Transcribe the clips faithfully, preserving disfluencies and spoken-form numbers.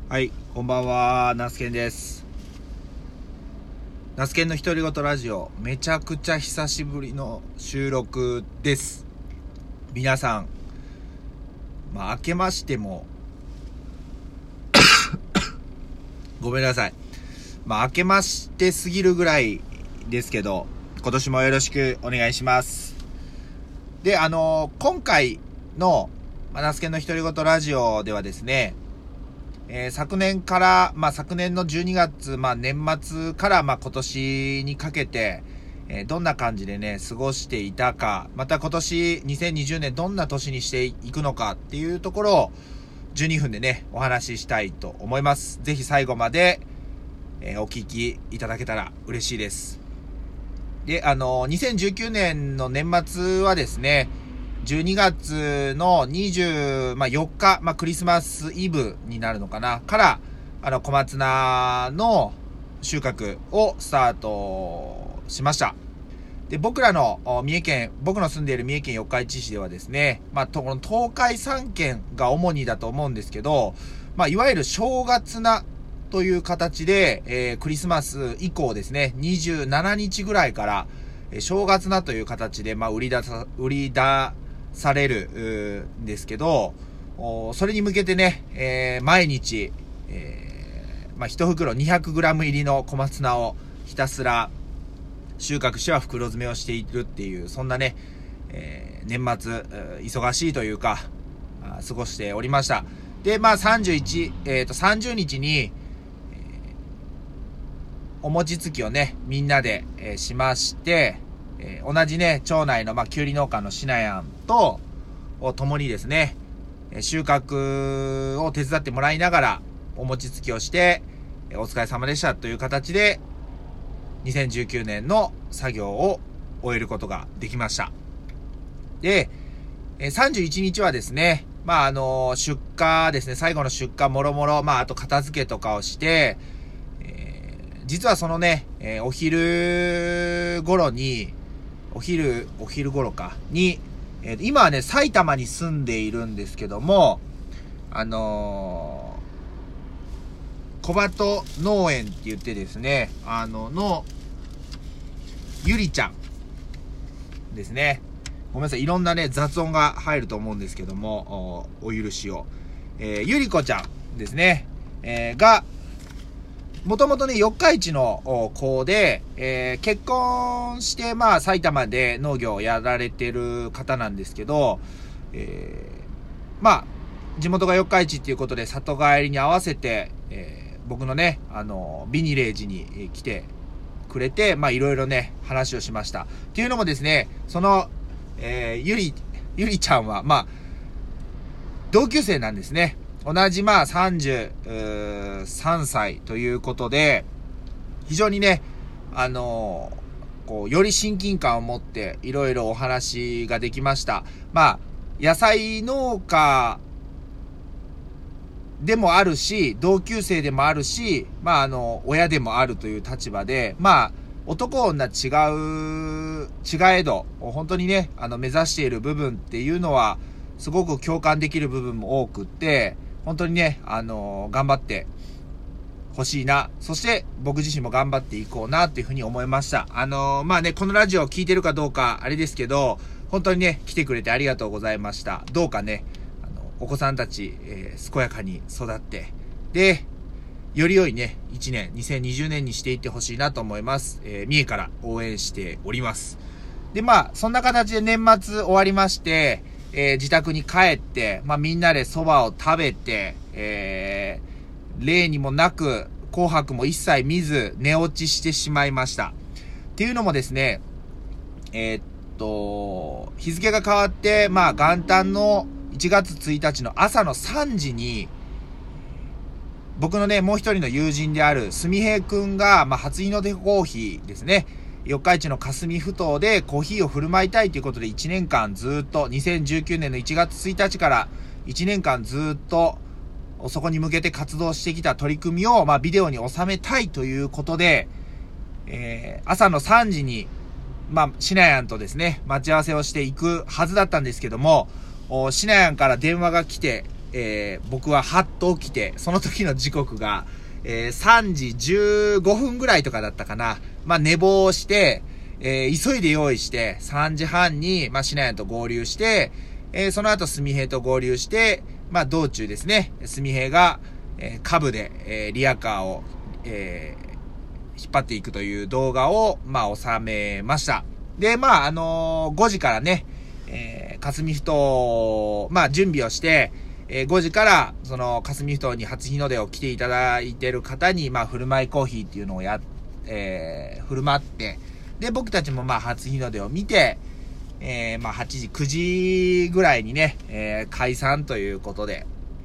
はい、こんばんは、ナスケンです。ナスケンの独り言ラジオ、めちゃくちゃ久しぶりの収録です。皆さん、まあ、明けましても、ごめんなさい。まあ、明けましてすぎるぐらいですけど、今年もよろしくお願いします。で、あのー、今回の、まあ、ナスケンの独り言ラジオではですね、えー、昨年から、まあ、昨年のじゅうにがつ、まあ、年末から、まあ、今年にかけて、えー、どんな感じでね、過ごしていたか、また今年にせんにじゅうねんどんな年にしていくのかっていうところを、じゅうにふんでね、お話ししたいと思います。ぜひ最後まで、えー、お聞きいただけたら嬉しいです。で、あのー、にせんじゅうきゅうねんの年末はですね、じゅうにがつのにじゅうよっか、まあ、クリスマスイブになるのかなから、あの、小松菜の収穫をスタートしました。で、僕らの三重県、僕の住んでいる三重県四日市市ではですね、まあ、この東海さんけんが主にだと思うんですけど、まあ、いわゆる正月菜という形で、えー、クリスマス以降ですね、にじゅうしちにちぐらいから、正月菜という形で、まあ、売り出さ、売り出されるんですけど、それに向けてね、えー、毎日、えー、まあ、一袋にひゃくグラム入りの小松菜をひたすら収穫しては袋詰めをしているっていう、そんなね、えー、年末、忙しいというか、過ごしておりました。で、まあさんじゅういち、えっと、さんじゅうにちに、えー、お餅つきをね、みんなで、えー、しまして、えー、同じね、町内の、まあ、きゅうり農家のしなやんと、共にですね、収穫を手伝ってもらいながら、お餅つきをして、お疲れ様でしたという形で、にせんじゅうきゅうねんの作業を終えることができました。で、さんじゅういちにちはですね、まあ、あの、出荷ですね、最後の出荷もろもろ、まあ、あと片付けとかをして、えー、実はそのね、えー、お昼頃に、お昼、お昼頃か、に、えー、今はね、埼玉に住んでいるんですけども、あのー、小鳩農園って言ってですね、あの、の、ゆりちゃんですね。ごめんなさい、いろんなね、雑音が入ると思うんですけども、お、お許しを。えー、ゆりこちゃんですね、えー、が、もともとね、四日市の子で、えー、結婚して、まあ、埼玉で農業をやられてる方なんですけど、えー、まあ、地元が四日市っていうことで、里帰りに合わせて、えー、僕のね、あの、ビニレージに来てくれて、まあ、いろいろね、話をしました。っていうのもですね、その、えー、ゆり、ゆりちゃんは、まあ、同級生なんですね。同じまあさんじゅうさんさいということで、非常にね、あのー、こう、より親近感を持っていろいろお話ができました。まあ、野菜農家でもあるし、同級生でもあるし、まああの、親でもあるという立場で、まあ、男女違う、違えど、本当にね、あの、目指している部分っていうのは、すごく共感できる部分も多くって、本当にね、あのー、頑張ってほしいな。そして、僕自身も頑張っていこうな、っていうふうに思いました。あのー、まあね、このラジオを聞いてるかどうか、あれですけど、本当にね、来てくれてありがとうございました。どうかね、あの、お子さんたち、えー、健やかに育って、で、より良いね、いちねん、にせんにじゅうねんにしていってほしいなと思います。えー、三重から応援しております。で、まあ、そんな形で年末終わりまして、えー、自宅に帰って、まあ、みんなで蕎麦を食べて、えー、例にもなく、紅白も一切見ず、寝落ちしてしまいました。っていうのもですね、えー、っと、日付が変わって、まあ、元旦のいちがつついたちの朝のさんじに、僕のね、もう一人の友人である、すみへいくんが、まあ、初日の出コーヒーですね。四日市の霞ふ頭でコーヒーを振る舞いたいということでいちねんかんずっと、にせんじゅうきゅうねんのいちがつついたちからいちねんかんずっと、そこに向けて活動してきた取り組みを、まあ、ビデオに収めたいということで、えー、朝のさんじに、まあ、しなやんとですね、待ち合わせをしていくはずだったんですけども、しなやんから電話が来て、 えー、僕ははっと起きて、その時の時刻が、えー、さんじじゅうごふんぐらいとかだったかな。まあ、寝坊して、えー、急いで用意して、さんじはんに、まあ、シナヤンと合流して、えー、その後、スミヘイと合流して、まあ、道中ですね、スミヘイが、えー、カブで、えー、リアカーを、えー、引っ張っていくという動画を、まあ、収めました。で、まあ、あのー、ごじからね、えー、霞ふ頭、まあ、準備をして、えー、ごじから、その、霞ふ頭に初日の出を来ていただいている方に、まあ、振る舞いコーヒーっていうのをや、えー、振る舞って、で、僕たちもまあ、初日の出を見て、えー、まあ、はちじ、くじぐらいにね、えー、解散ということで、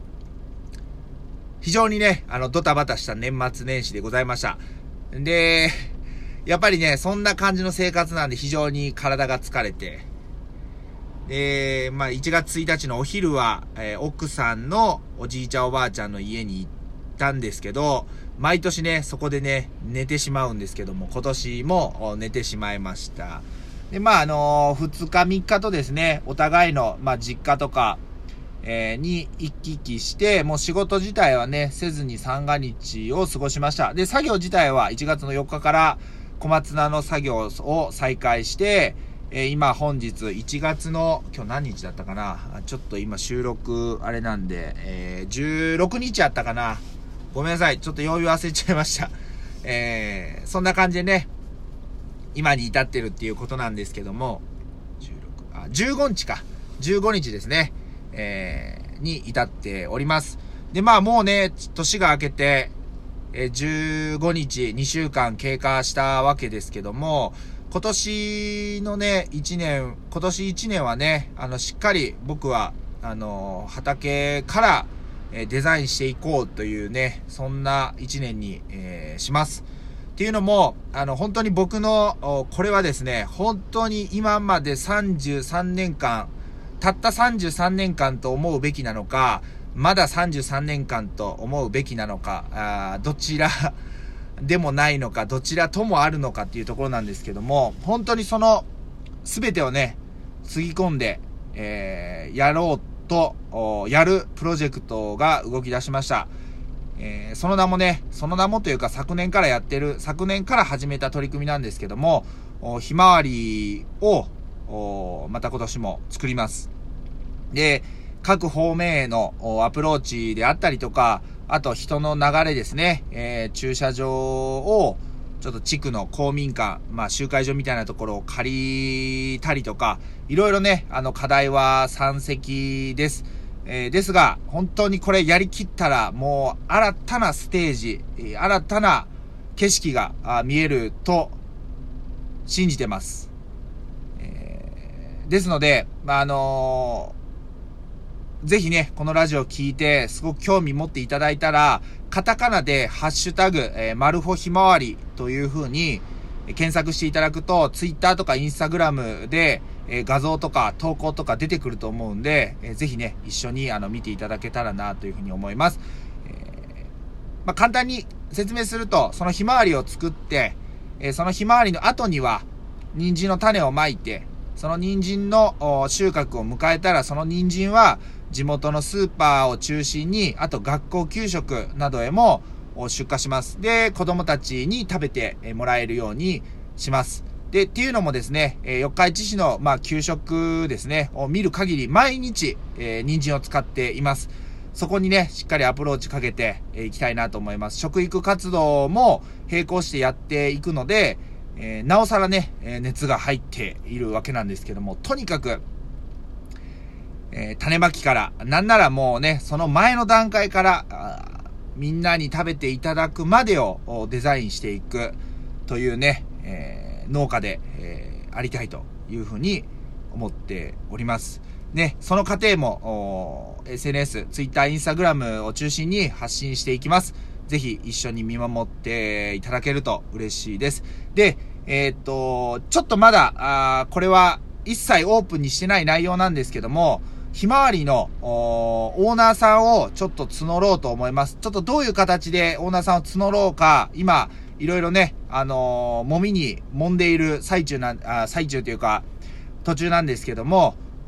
非常にね、あの、ドタバタした年末年始でございました。で、やっぱりね、そんな感じの生活なんで非常に体が疲れて、で、まあ、いちがつついたちのお昼は、えー、奥さんのおじいちゃんおばあちゃんの家に行ったんですけど、毎年ね、そこでね、寝てしまうんですけども、今年も寝てしまいました。で、まあ、あのー、ふつかみっかとですね、お互いの、まあ、実家とか、えー、に行き来して、もう仕事自体はね、せずに三が日を過ごしました。で、作業自体はいちがつのよっかから小松菜の作業を再開して、えー、今本日いちがつの、今日何日だったかな、ちょっと今収録あれなんで、えー、じゅうろくにちあったかな。ごめんなさい。ちょっと曜日忘れちゃいました。えー、そんな感じでね、今に至ってるっていうことなんですけども、じゅうろく、あ、じゅうごにちか。じゅうごにちですね。えー、に至っております。で、まあもうね、年が明けて、えー、じゅうごにち、にしゅうかん経過したわけですけども、今年のね、いちねん、今年いちねんはね、あの、しっかり僕は、あの、畑から、えー、デザインしていこうというね、そんないちねんに、えー、します。っていうのも、あの、本当に僕の、これはですね、本当に今までさんじゅうさんねんかん、たったさんじゅうさんねんかんと思うべきなのか、まださんじゅうさんねんかんと思うべきなのか、あどちらでもないのか、どちらともあるのかっていうところなんですけども、本当にその全てをね、つぎ込んで、えー、やろうと、やるプロジェクトが動き出しました。えー、その名もね、その名もというか昨年からやってる、昨年から始めた取り組みなんですけども、ひまわりを、また今年も作ります。で、各方面へのアプローチであったりとか、あと人の流れですね、えー、駐車場を、ちょっと地区の公民館、まあ集会所みたいなところを借りたりとか、いろいろね、あの課題は山積です。えー、ですが、本当にこれやりきったら、もう新たなステージ、新たな景色が見えると信じてます。えー、ですので、まあ、あのー、ぜひね、このラジオ聞いて、すごく興味持っていただいたら、カタカナで、ハッシュタグ、えー、マルホひまわりという風に、検索していただくと、ツイッターとかインスタグラムで、えー、画像とか投稿とか出てくると思うんで、えー、ぜひね、一緒にあの見ていただけたらなという風に思います。えー、まあ、簡単に説明すると、そのひまわりを作って、えー、そのひまわりの後には、人参の種をまいて、その人参の収穫を迎えたら、その人参は地元のスーパーを中心に、あと学校給食などへも出荷します。で、子供たちに食べてもらえるようにします。で、っていうのもですね、四日市市の、まあ、給食ですね、を見る限り、毎日、えー、人参を使っています。そこにね、しっかりアプローチかけていきたいなと思います。食育活動も並行してやっていくので、えー、なおさらね、えー、熱が入っているわけなんですけども、とにかく、えー、種まきから、なんならもうね、その前の段階から、みんなに食べていただくまでをデザインしていくというね、えー、農家で、えー、ありたいというふうに思っております。ね、その過程も エスエヌエス、Twitter、Instagram を中心に発信していきます。ぜひ一緒に見守っていただけると嬉しいです。で、えー、っと、ちょっとまだ、あこれは一切オープンにしてない内容なんですけども、ひまわりのオーナーさんをちょっと募ろうと思います。ちょっとどういう形でオーナーさんを募ろうか、今、いろいろね、あのー、揉みに揉んでいる最中な、あ最中というか、途中なんですけども、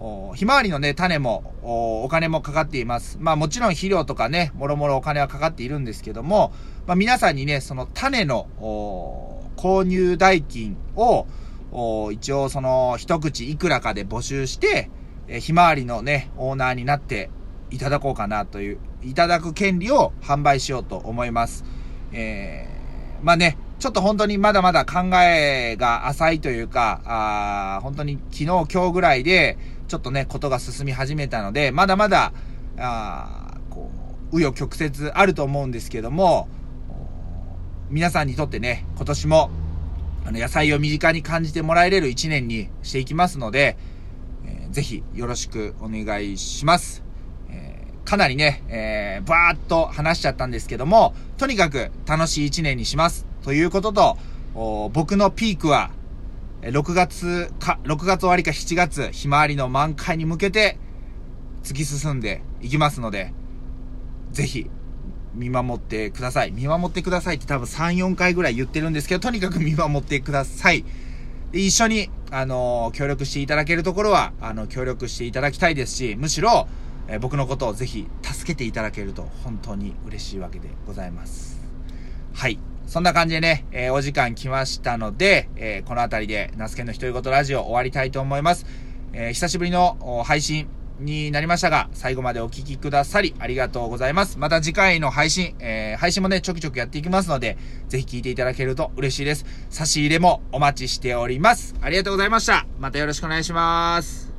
ひまわりのね、種もお、お金もかかっています。まあもちろん肥料とかね、もろもろお金はかかっているんですけども、まあ皆さんにね、その種の購入代金を、一応その一口いくらかで募集して、えー、ひまわりのね、オーナーになっていただこうかなという、いただく権利を販売しようと思います。えー、まあね、ちょっと本当にまだまだ考えが浅いというか、あ本当に昨日今日ぐらいで、ちょっとね、ことが進み始めたので、まだまだ、あこう、紆余曲折あると思うんですけども、皆さんにとってね、今年も、あの、野菜を身近に感じてもらえれる一年にしていきますので、えー、ぜひよろしくお願いします。えー、かなりね、えー、バーっと話しちゃったんですけども、とにかく楽しい一年にします。ということと、僕のピークは、ろくがつか、ろくがつ終わりかしちがつ、ひまわりの満開に向けて突き進んでいきますので、ぜひ見守ってください。見守ってくださいって多分さん、よんかいぐらい言ってるんですけど、とにかく見守ってください。で一緒に、あのー、協力していただけるところは、あの、協力していただきたいですし、むしろ、えー、僕のことをぜひ助けていただけると本当に嬉しいわけでございます。はい。そんな感じでね、えー、お時間来ましたので、えー、このあたりで、ナスケンの独り言ラジオ終わりたいと思います。えー、久しぶりの配信になりましたが、最後までお聞きくださりありがとうございます。また次回の配信、えー、配信もね、ちょくちょくやっていきますので、ぜひ聞いていただけると嬉しいです。差し入れもお待ちしております。ありがとうございました。またよろしくお願いします。